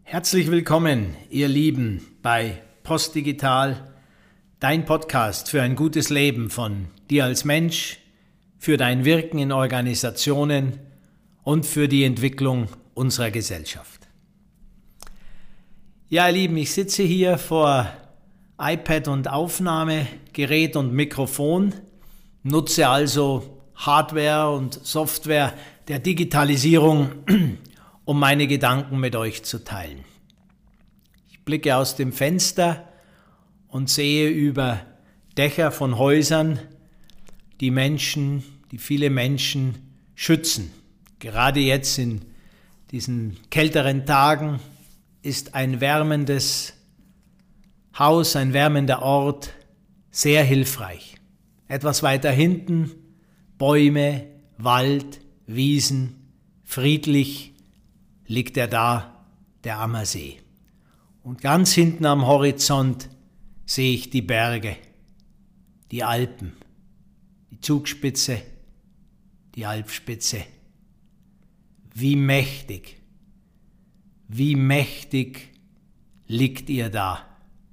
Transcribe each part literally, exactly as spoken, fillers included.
Herzlich willkommen, ihr Lieben, bei Postdigital, dein Podcast für ein gutes Leben von dir als Mensch, für dein Wirken in Organisationen und für die Entwicklung unserer Gesellschaft. Ja, ihr Lieben, ich sitze hier vor iPad und Aufnahmegerät und Mikrofon, nutze also Hardware und Software der Digitalisierung, um meine Gedanken mit euch zu teilen. Ich blicke aus dem Fenster und sehe über Dächer von Häusern, die Menschen, die viele Menschen schützen. Gerade jetzt in diesen kälteren Tagen ist ein wärmendes Haus, ein wärmender Ort sehr hilfreich. Etwas weiter hinten Bäume, Wald, Wiesen, friedlich liegt er da, der Ammersee. Und ganz hinten am Horizont sehe ich die Berge, die Alpen, die Zugspitze, die Alpspitze. Wie mächtig, wie mächtig liegt ihr da.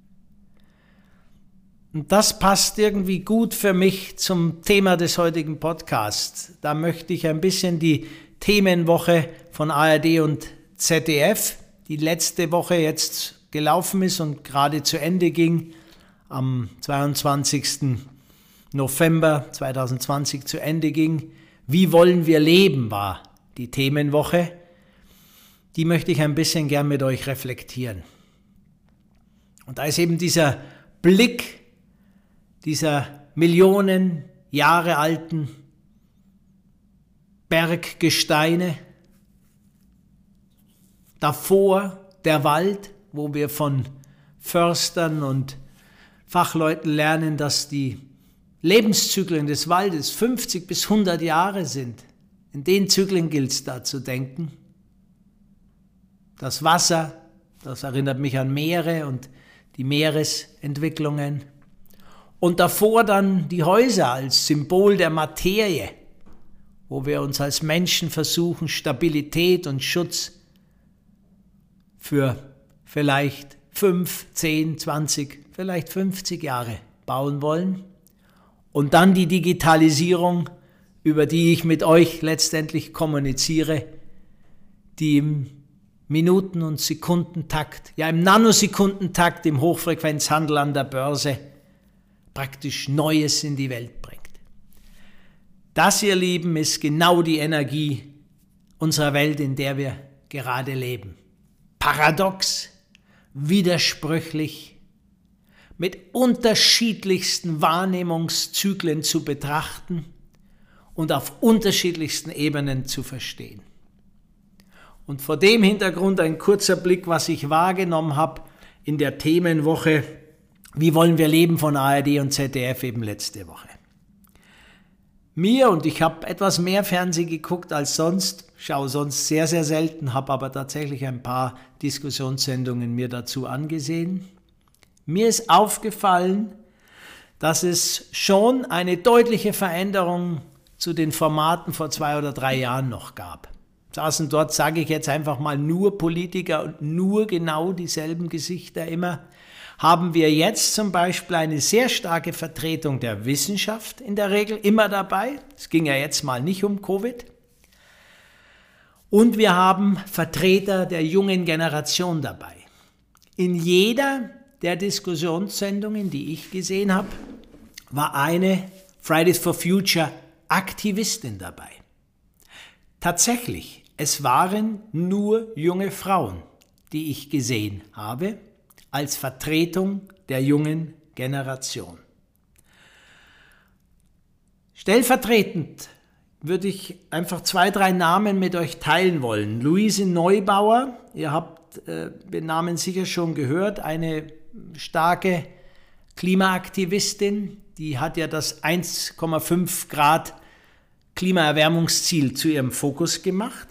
Und das passt irgendwie gut für mich zum Thema des heutigen Podcasts. Da möchte ich ein bisschen die Themenwoche von A R D und Z D F, die letzte Woche jetzt gelaufen ist und gerade zu Ende ging, am zweiundzwanzigsten November zweitausendzwanzig zu Ende ging. Wie wollen wir leben, war die Themenwoche. Die möchte ich ein bisschen gern mit euch reflektieren. Und da ist eben dieser Blick dieser Millionen Jahre alten Berggesteine, davor der Wald, wo wir von Förstern und Fachleuten lernen, dass die Lebenszyklen des Waldes fünfzig bis hundert Jahre sind. In den Zyklen gilt es da zu denken. Das Wasser, das erinnert mich an Meere und die Meeresentwicklungen. Und davor dann die Häuser als Symbol der Materie, wo wir uns als Menschen versuchen, Stabilität und Schutz für vielleicht fünf, zehn, zwanzig, vielleicht fünfzig Jahre bauen wollen. Und dann die Digitalisierung, über die ich mit euch letztendlich kommuniziere, die im Minuten- und Sekundentakt, ja im Nanosekundentakt im Hochfrequenzhandel an der Börse praktisch Neues in die Welt bringt. Das, ihr Lieben, ist genau die Energie unserer Welt, in der wir gerade leben. Paradox, widersprüchlich, mit unterschiedlichsten Wahrnehmungszyklen zu betrachten und auf unterschiedlichsten Ebenen zu verstehen. Und vor dem Hintergrund ein kurzer Blick, was ich wahrgenommen habe in der Themenwoche Wie wollen wir leben von A R D und Z D F eben letzte Woche. Mir, und ich habe etwas mehr Fernsehen geguckt als sonst, schaue sonst sehr, sehr selten, habe aber tatsächlich ein paar Diskussionssendungen mir dazu angesehen. Mir ist aufgefallen, dass es schon eine deutliche Veränderung zu den Formaten vor zwei oder drei Jahren noch gab. Saßen dort, sage ich jetzt einfach mal, nur Politiker und nur genau dieselben Gesichter immer. Haben wir jetzt zum Beispiel eine sehr starke Vertretung der Wissenschaft in der Regel immer dabei. Es ging ja jetzt mal nicht um Covid. Und wir haben Vertreter der jungen Generation dabei. In jeder der Diskussionssendungen, die ich gesehen habe, war eine Fridays for Future Aktivistin dabei. Tatsächlich, es waren nur junge Frauen, die ich gesehen habe, als Vertretung der jungen Generation. Stellvertretend würde ich einfach zwei, drei Namen mit euch teilen wollen. Luise Neubauer, ihr habt äh, den Namen sicher schon gehört, eine starke Klimaaktivistin, die hat ja das eins Komma fünf Grad Klimaerwärmungsziel zu ihrem Fokus gemacht.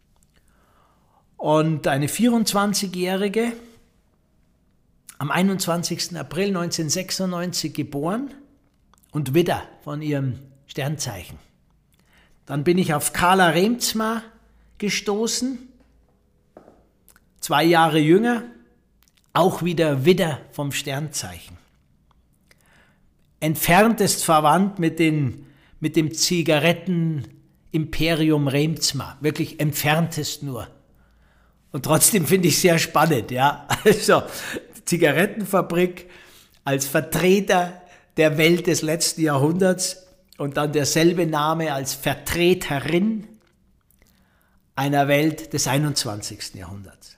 Und eine vierundzwanzigjährige, am einundzwanzigsten April neunzehnhundertsechsundneunzig geboren und Widder von ihrem Sternzeichen. Dann bin ich auf Carla Reemtsma gestoßen, zwei Jahre jünger, auch wieder Widder vom Sternzeichen. Entferntest verwandt mit, den, mit dem Zigaretten-Imperium Remzma, wirklich entferntest nur. Und trotzdem finde ich es sehr spannend, ja. Also, Zigarettenfabrik als Vertreter der Welt des letzten Jahrhunderts und dann derselbe Name als Vertreterin einer Welt des einundzwanzigsten Jahrhunderts.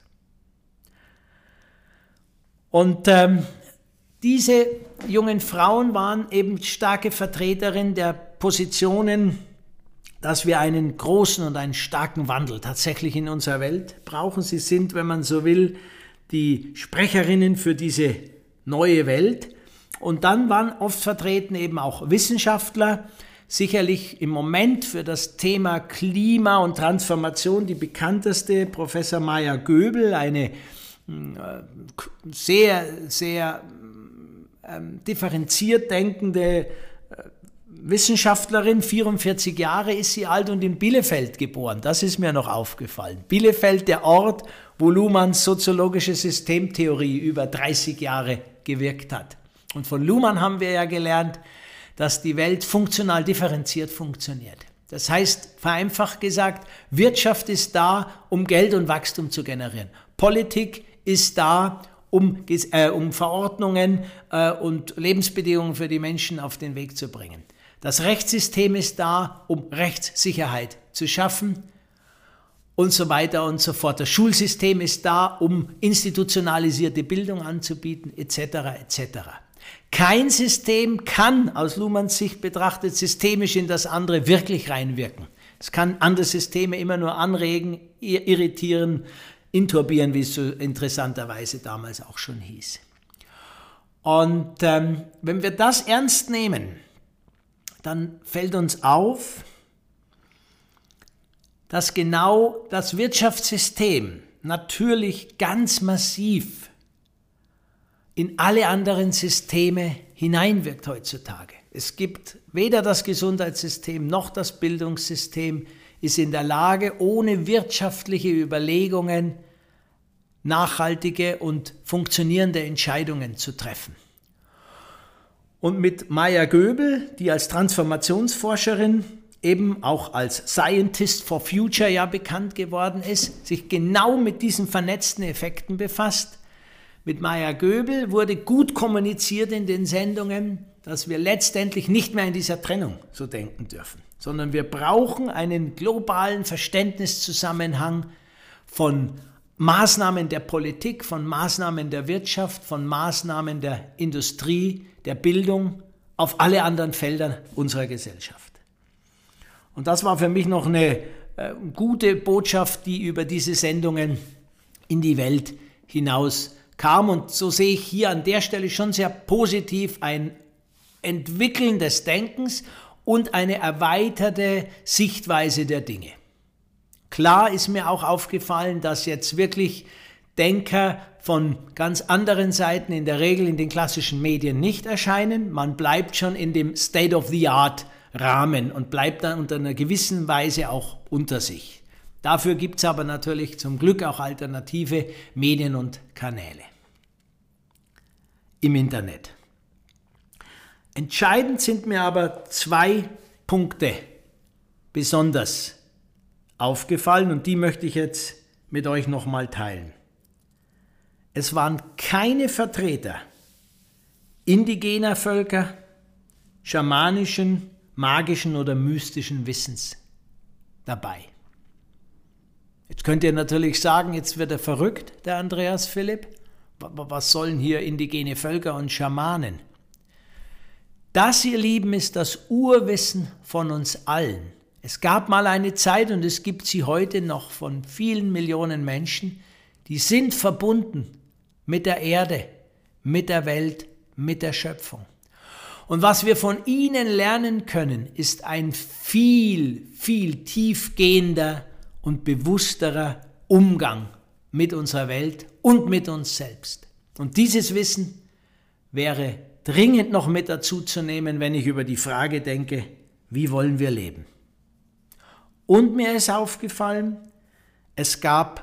Und ähm, diese jungen Frauen waren eben starke Vertreterinnen der Positionen, dass wir einen großen und einen starken Wandel tatsächlich in unserer Welt brauchen. Sie sind, wenn man so will, die Sprecherinnen für diese neue Welt. Und dann waren oft vertreten eben auch Wissenschaftler, sicherlich im Moment für das Thema Klima und Transformation die bekannteste, Professor Maya Göbel, eine äh, sehr, sehr äh, differenziert denkende äh, Wissenschaftlerin, vierundvierzig Jahre ist sie alt und in Bielefeld geboren. Das ist mir noch aufgefallen. Bielefeld, der Ort, wo Luhmanns soziologische Systemtheorie über dreißig Jahre gewirkt hat. Und von Luhmann haben wir ja gelernt, dass die Welt funktional differenziert funktioniert. Das heißt, vereinfacht gesagt, Wirtschaft ist da, um Geld und Wachstum zu generieren. Politik ist da, um, äh, um Verordnungen äh, und Lebensbedingungen für die Menschen auf den Weg zu bringen. Das Rechtssystem ist da, um Rechtssicherheit zu schaffen und so weiter und so fort. Das Schulsystem ist da, um institutionalisierte Bildung anzubieten, et cetera et cetera. Kein System kann aus Luhmanns Sicht betrachtet systemisch in das andere wirklich reinwirken. Es kann andere Systeme immer nur anregen, irritieren, inturbieren, wie es so interessanterweise damals auch schon hieß. Und ähm, wenn wir das ernst nehmen, dann fällt uns auf, dass genau das Wirtschaftssystem natürlich ganz massiv in alle anderen Systeme hineinwirkt heutzutage. Es gibt weder das Gesundheitssystem noch das Bildungssystem ist in der Lage, ohne wirtschaftliche Überlegungen nachhaltige und funktionierende Entscheidungen zu treffen. Und mit Maya Göbel, die als Transformationsforscherin, eben auch als Scientist for Future ja bekannt geworden ist, sich genau mit diesen vernetzten Effekten befasst. Mit Maya Göbel wurde gut kommuniziert in den Sendungen, dass wir letztendlich nicht mehr in dieser Trennung so denken dürfen, sondern wir brauchen einen globalen Verständniszusammenhang von Maßnahmen der Politik, von Maßnahmen der Wirtschaft, von Maßnahmen der Industrie, der Bildung auf alle anderen Felder unserer Gesellschaft. Und das war für mich noch eine äh, gute Botschaft, die über diese Sendungen in die Welt hinaus kam. Und so sehe ich hier an der Stelle schon sehr positiv ein Entwickeln des Denkens und eine erweiterte Sichtweise der Dinge. Klar ist mir auch aufgefallen, dass jetzt wirklich Denker von ganz anderen Seiten in der Regel in den klassischen Medien nicht erscheinen. Man bleibt schon in dem State-of-the-Art-Rahmen und bleibt dann unter einer gewissen Weise auch unter sich. Dafür gibt es aber natürlich zum Glück auch alternative Medien und Kanäle im Internet. Entscheidend sind mir aber zwei Punkte besonders aufgefallen und die möchte ich jetzt mit euch nochmal teilen. Es waren keine Vertreter indigener Völker, schamanischen, magischen oder mystischen Wissens dabei. Jetzt könnt ihr natürlich sagen, jetzt wird er verrückt, der Andreas Philipp. Was sollen hier indigene Völker und Schamanen? Das, ihr Lieben, ist das Urwissen von uns allen. Es gab mal eine Zeit und es gibt sie heute noch von vielen Millionen Menschen, die sind verbunden mit der Erde, mit der Welt, mit der Schöpfung. Und was wir von ihnen lernen können, ist ein viel, viel tiefgehender und bewussterer Umgang mit unserer Welt und mit uns selbst. Und dieses Wissen wäre dringend noch mit dazu zu nehmen, wenn ich über die Frage denke, wie wollen wir leben? Und mir ist aufgefallen, es gab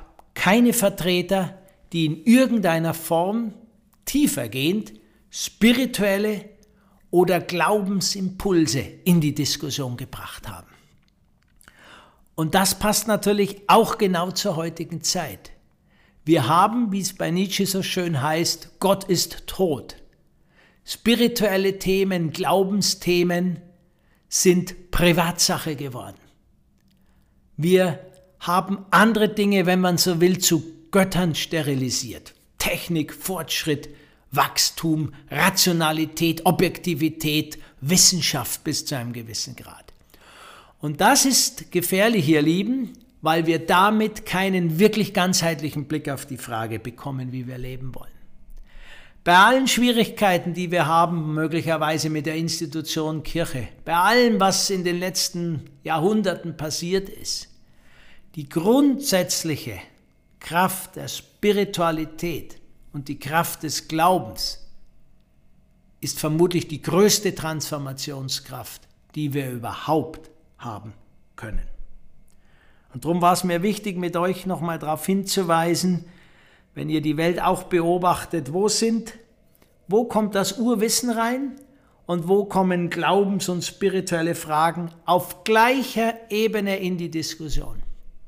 keine Vertreter, die in irgendeiner Form tiefergehend spirituelle oder Glaubensimpulse in die Diskussion gebracht haben. Und das passt natürlich auch genau zur heutigen Zeit. Wir haben, wie es bei Nietzsche so schön heißt, Gott ist tot. Spirituelle Themen, Glaubensthemen sind Privatsache geworden. Wir haben andere Dinge, wenn man so will, zu Göttern sterilisiert. Technik, Fortschritt, Wachstum, Rationalität, Objektivität, Wissenschaft bis zu einem gewissen Grad. Und das ist gefährlich, ihr Lieben, weil wir damit keinen wirklich ganzheitlichen Blick auf die Frage bekommen, wie wir leben wollen. Bei allen Schwierigkeiten, die wir haben, möglicherweise mit der Institution Kirche, bei allem, was in den letzten Jahrhunderten passiert ist, die grundsätzliche Kraft der Spiritualität und die Kraft des Glaubens ist vermutlich die größte Transformationskraft, die wir überhaupt haben können. Und darum war es mir wichtig, mit euch nochmal darauf hinzuweisen, wenn ihr die Welt auch beobachtet, wo sind, wo kommt das Urwissen rein und wo kommen Glaubens- und spirituelle Fragen auf gleicher Ebene in die Diskussion.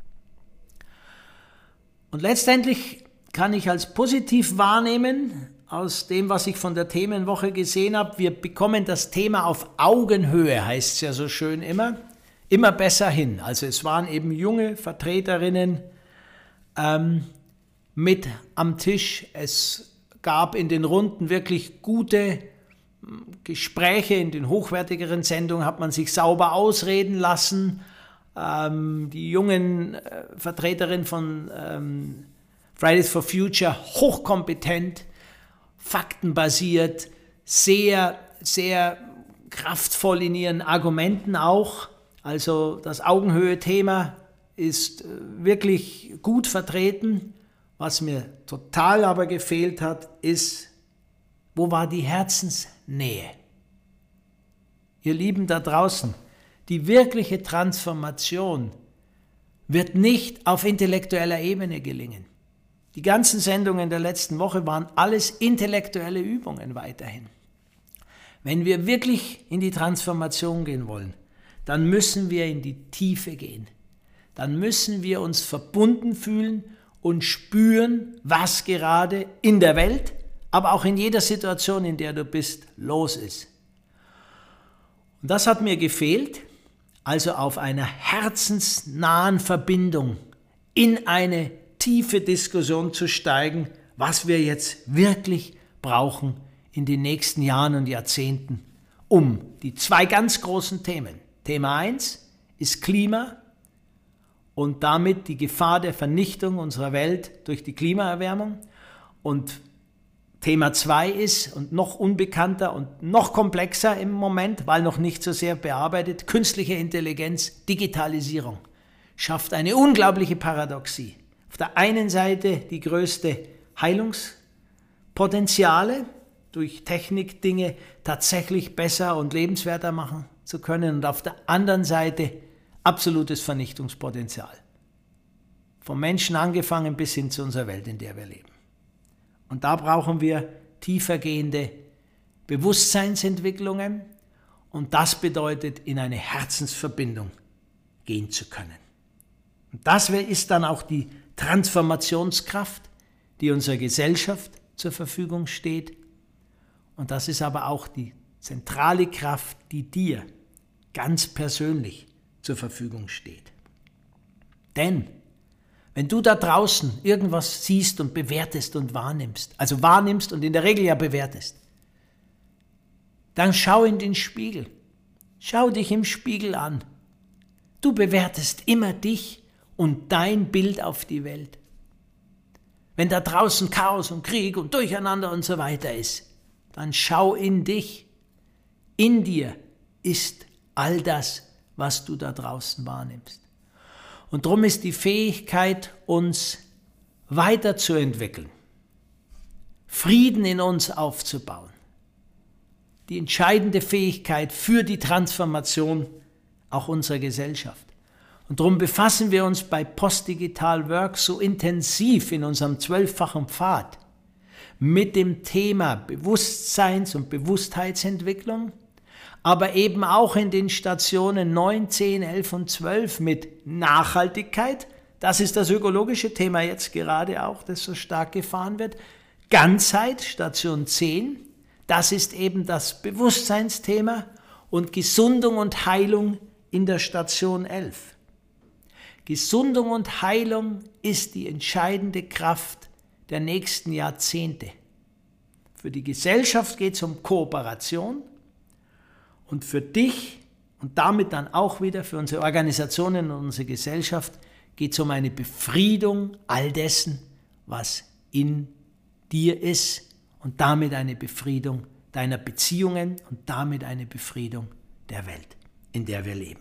Und letztendlich kann ich als positiv wahrnehmen, aus dem, was ich von der Themenwoche gesehen habe, wir bekommen das Thema auf Augenhöhe, heißt es ja so schön immer, immer besser hin. Also es waren eben junge Vertreterinnen ähm, mit am Tisch. Es gab in den Runden wirklich gute Gespräche. In den hochwertigeren Sendungen hat man sich sauber ausreden lassen. Ähm, die jungen äh, Vertreterinnen von ähm, Fridays for Future, hochkompetent, faktenbasiert, sehr, sehr kraftvoll in ihren Argumenten auch. Also das Augenhöhe-Thema ist wirklich gut vertreten. Was mir total aber gefehlt hat, ist, wo war die Herzensnähe? Ihr Lieben da draußen, die wirkliche Transformation wird nicht auf intellektueller Ebene gelingen. Die ganzen Sendungen der letzten Woche waren alles intellektuelle Übungen weiterhin. Wenn wir wirklich in die Transformation gehen wollen, dann müssen wir in die Tiefe gehen. Dann müssen wir uns verbunden fühlen und spüren, was gerade in der Welt, aber auch in jeder Situation, in der du bist, los ist. Und das hat mir gefehlt, also auf einer herzensnahen Verbindung in eine tiefe Diskussion zu steigen, was wir jetzt wirklich brauchen in den nächsten Jahren und Jahrzehnten, um die zwei ganz großen Themen. Thema eins ist Klima und damit die Gefahr der Vernichtung unserer Welt durch die Klimaerwärmung. Und Thema zwei ist, und noch unbekannter und noch komplexer im Moment, weil noch nicht so sehr bearbeitet, künstliche Intelligenz, Digitalisierung, schafft eine unglaubliche Paradoxie. Auf der einen Seite die größte Heilungspotenziale, durch Technik Dinge tatsächlich besser und lebenswerter machen zu können, und auf der anderen Seite absolutes Vernichtungspotenzial. Vom Menschen angefangen bis hin zu unserer Welt, in der wir leben. Und da brauchen wir tiefergehende Bewusstseinsentwicklungen, und das bedeutet, in eine Herzensverbindung gehen zu können. Und das ist dann auch die Transformationskraft, die unserer Gesellschaft zur Verfügung steht. Und das ist aber auch die zentrale Kraft, die dir ganz persönlich zur Verfügung steht. Denn wenn du da draußen irgendwas siehst und bewertest und wahrnimmst, also wahrnimmst und in der Regel ja bewertest, dann schau in den Spiegel. Schau dich im Spiegel an. Du bewertest immer dich und dein Bild auf die Welt. Wenn da draußen Chaos und Krieg und Durcheinander und so weiter ist, dann schau in dich. In dir ist all das, was du da draußen wahrnimmst. Und darum ist die Fähigkeit, uns weiterzuentwickeln, Frieden in uns aufzubauen, die entscheidende Fähigkeit für die Transformation auch unserer Gesellschaft. Und darum befassen wir uns bei Postdigital Work so intensiv in unserem zwölffachen Pfad mit dem Thema Bewusstseins- und Bewusstheitsentwicklung, aber eben auch in den Stationen neun, zehn, elf und zwölf mit Nachhaltigkeit. Das ist das ökologische Thema jetzt gerade auch, das so stark gefahren wird. Ganzheit, Station zehn, das ist eben das Bewusstseinsthema, und Gesundung und Heilung in der Station elf. Gesundung und Heilung ist die entscheidende Kraft der nächsten Jahrzehnte. Für die Gesellschaft geht es um Kooperation und für dich und damit dann auch wieder für unsere Organisationen und unsere Gesellschaft geht es um eine Befriedung all dessen, was in dir ist, und damit eine Befriedung deiner Beziehungen und damit eine Befriedung der Welt, in der wir leben.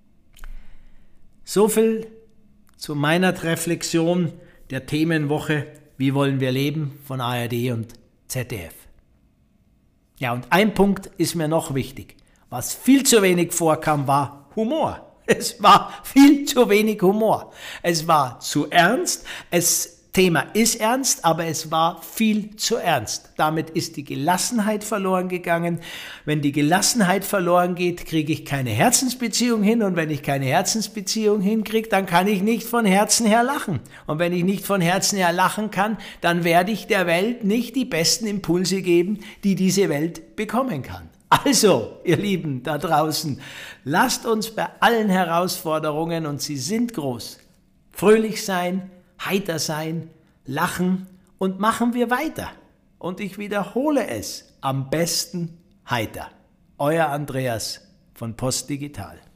So viel zu meiner Reflexion der Themenwoche Wie wollen wir leben von A R D und Z D F. Ja, und ein Punkt ist mir noch wichtig. Was viel zu wenig vorkam, war Humor. Es war viel zu wenig Humor. Es war zu ernst. Es Thema ist ernst, aber es war viel zu ernst. Damit ist die Gelassenheit verloren gegangen. Wenn die Gelassenheit verloren geht, kriege ich keine Herzensbeziehung hin, und wenn ich keine Herzensbeziehung hinkriege, dann kann ich nicht von Herzen her lachen. Und wenn ich nicht von Herzen her lachen kann, dann werde ich der Welt nicht die besten Impulse geben, die diese Welt bekommen kann. Also, ihr Lieben da draußen, lasst uns bei allen Herausforderungen, und sie sind groß, fröhlich sein, heiter sein, lachen, und machen wir weiter. Und ich wiederhole es, am besten heiter. Euer Andreas von Postdigital.